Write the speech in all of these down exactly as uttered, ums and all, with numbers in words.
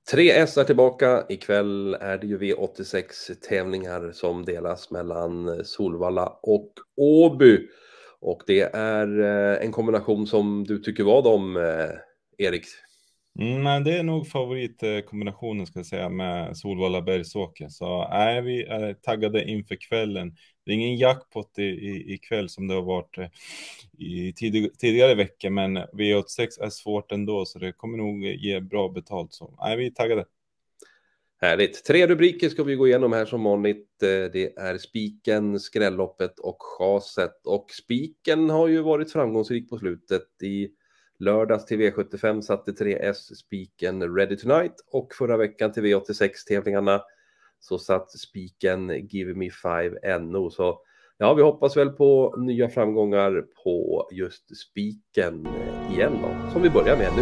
tre S är tillbaka. Ikväll är det ju V åttiosex tävlingar som delas mellan Solvalla och Åby. Och det är eh, en kombination som du tycker vad om, eh, Erik? Mm, men det är nog favoritkombinationen ska jag säga med Solvalla Bergsåker. Så är vi är taggade inför kvällen. Det är ingen jackpot i, i, i kväll som det har varit eh, i tidig, tidigare veckor. Men V åttiosex är svårt ändå så det kommer nog ge bra betalt. Så är vi taggade. Härligt. Tre rubriker ska vi gå igenom här som vanligt. Eh, Det är spiken, skrälloppet och chaset. Och spiken har ju varit framgångsrik på slutet. I lördags till V sjuttiofem satte tre S spiken Ready Tonight. Och förra veckan till V åttiosex-tävlingarna så satt spiken Give Me Five N O. Så ja, vi hoppas väl på nya framgångar på just spiken igen då. Som vi börjar med nu.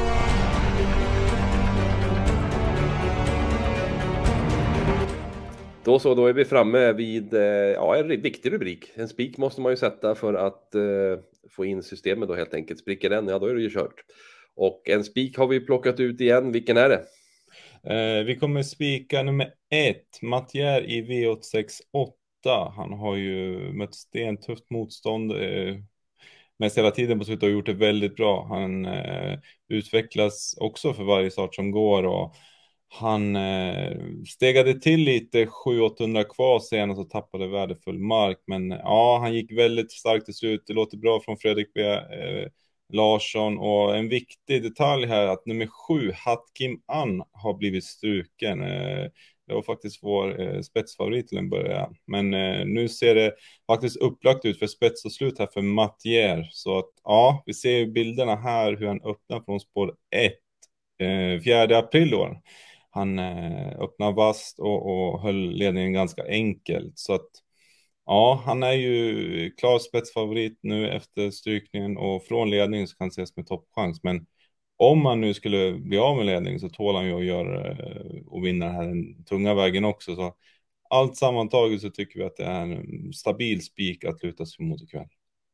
Då så, då är vi framme vid eh, ja, en viktig rubrik. En spik måste man ju sätta för att eh, få in systemet då helt enkelt. Spricker den, ja då är det ju kört. Och en spik har vi plockat ut igen. Vilken är det? Eh, vi kommer spika nummer ett, Mattier i V åttiosex åtta. Han har ju mött stentufft motstånd eh, mest hela tiden på slutet och gjort det väldigt bra. Han eh, utvecklas också för varje start som går och han eh, stegade till lite sju åttahundra kvar senast och tappade värdefull mark. Men ja, han gick väldigt starkt till slut. Det låter bra från Fredrik B. Eh, Larsson och en viktig detalj här att nummer sju, Hatkim An, har blivit struken. Eh, det var faktiskt vår eh, spetsfavorit till en början. Men eh, nu ser det faktiskt upplagt ut för spets och slut här för Mattier. Så att ja, vi ser ju bilderna här hur han öppnar från spår ett. Eh, fjärde april då. Han eh, öppnar vast och, och höll ledningen ganska enkelt. Så att ja, han är ju klar spetsfavorit nu efter strykningen och från ledningen så kan ses med toppchans. Men om han nu skulle bli av med ledningen så tål han ju att göra eh, och vinna här den tunga vägen också. Så allt sammantaget så tycker vi att det är en stabil spik att luta sig mot ikväll.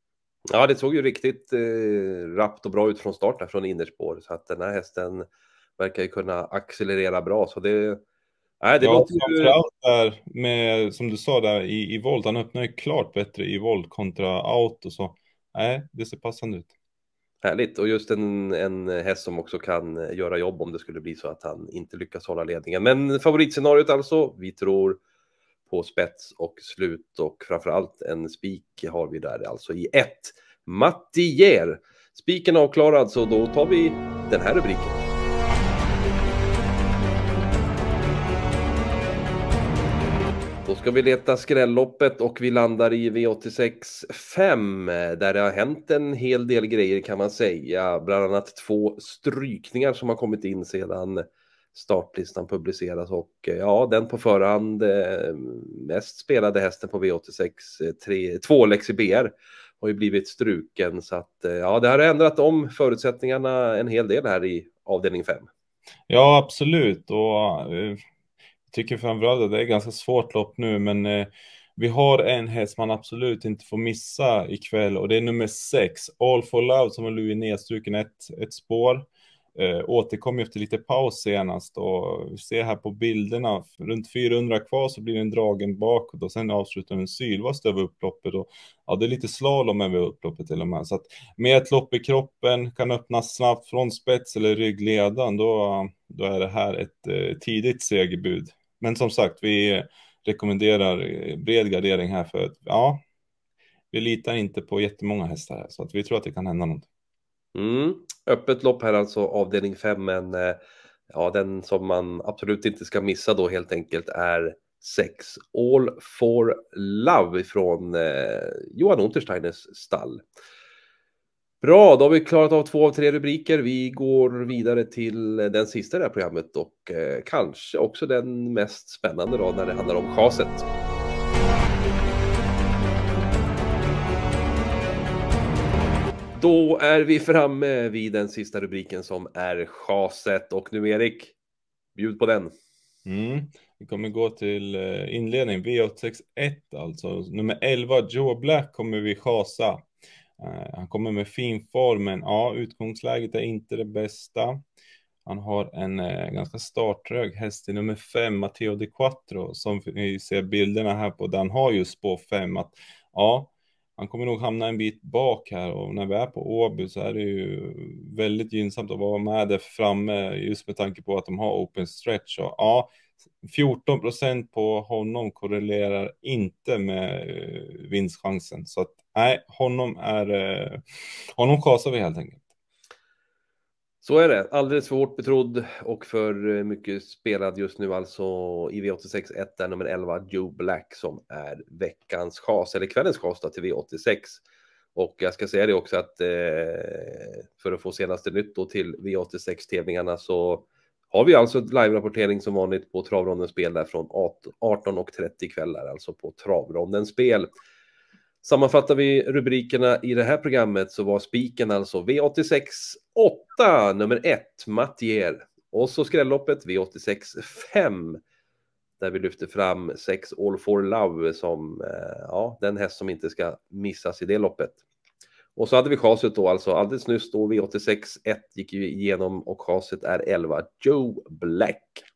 Ja, det såg ju riktigt eh, rappt och bra ut från start där, från innerspår. Så att den här hästen verkar ju kunna accelerera bra. Så det, nej, det Ja, låter ju framförallt där med, som du sa där i, i volt, han öppnar ju klart bättre i volt kontra auto så nej, det ser passande ut. härligt. Och just en, en häst som också kan göra jobb om det skulle bli så att han inte lyckas hålla ledningen. Men favoritscenariot alltså, vi tror på spets och slut och framförallt en spik har vi där alltså i ett. Mattier. Spiken avklarad, så då tar vi den här rubriken. Då ska vi leta skrälloppet och vi landar i V åttiosex fem där det har hänt en hel del grejer kan man säga. Bland annat två strykningar som har kommit in sedan startlistan publiceras och ja, den på förhand eh, mest spelade hästen på V åttiosex två Lexi B R har ju blivit struken så att eh, ja, det har ändrat om förutsättningarna en hel del här i avdelning fem. Ja, absolut. Och eh, jag tycker framförallt att det är ganska svårt lopp nu, men eh, vi har en häst man absolut inte får missa ikväll och det är nummer sex, All for Love, som har blivit nedstruken ett, ett spår. Eh, återkom efter lite paus senast och vi ser här på bilderna runt fyrahundra kvar så blir den dragen bakåt och sen avslutar den sylvast över upploppet och ja, det är lite slalom över upploppet till och med. Så att med ett lopp i kroppen kan öppnas snabbt från spets eller ryggledan, då, då är det här ett eh, tidigt segerbud. Men som sagt, vi rekommenderar bred gardering här för att ja, vi litar inte på jättemånga hästar här så att vi tror att det kan hända något. Mm. Öppet lopp här alltså, avdelning fem, men eh, ja, den som man absolut inte ska missa då helt enkelt är sex All for Love från eh, Johan Untersteiners stall. Bra, då har vi klarat av två av tre rubriker. Vi går vidare till den sista i det här programmet och eh, kanske också den mest spännande då när det handlar om chaset. Då är vi framme vid den sista rubriken som är chaset. Och nu Erik, bjud på den. Mm. Vi kommer gå till eh, inledning, V åttiosex ett alltså. Nummer elva, Joe Black, kommer vi chasa. Uh, han kommer med fin form, men ja, utgångsläget är inte det bästa. Han har en eh, ganska startrög häst i nummer fem, Matteo Di Quattro, som vi ser bilderna här på. Den har ju spår fem att ja, han kommer nog hamna en bit bak här, och när vi är på Åby så är det ju väldigt gynnsamt att vara med där framme, just med tanke på att de har open stretch. Och ja, fjorton procent på honom korrelerar inte med eh, vinstchansen. Så att nej, honom är eh, honom kasar vi helt enkelt. Så är det, alldeles för hårt betrodd och för mycket spelad just nu, alltså i V åttiosex ett är nummer elva Joe Black som är veckans chas, eller kvällens chas då, till V åttiosex. Och jag ska säga det också att eh, för att få senaste nytt då till V åttiosex-tävlingarna så har vi alltså live-rapportering som vanligt på Travrondens spel där från arton och trettio kvällar, alltså på Travrondens spel. Sammanfattar vi rubrikerna i det här programmet så var spiken alltså V åttiosex åtta, nummer ett, Mattier. Och så skrälloppet V åttiosex fem, där vi lyfter fram sex All for Love som ja, den häst som inte ska missas i det loppet. Och så hade vi chaset då, alltså alldeles nyss då V åttiosex ett gick ju igenom och chaset är elva Joe Black.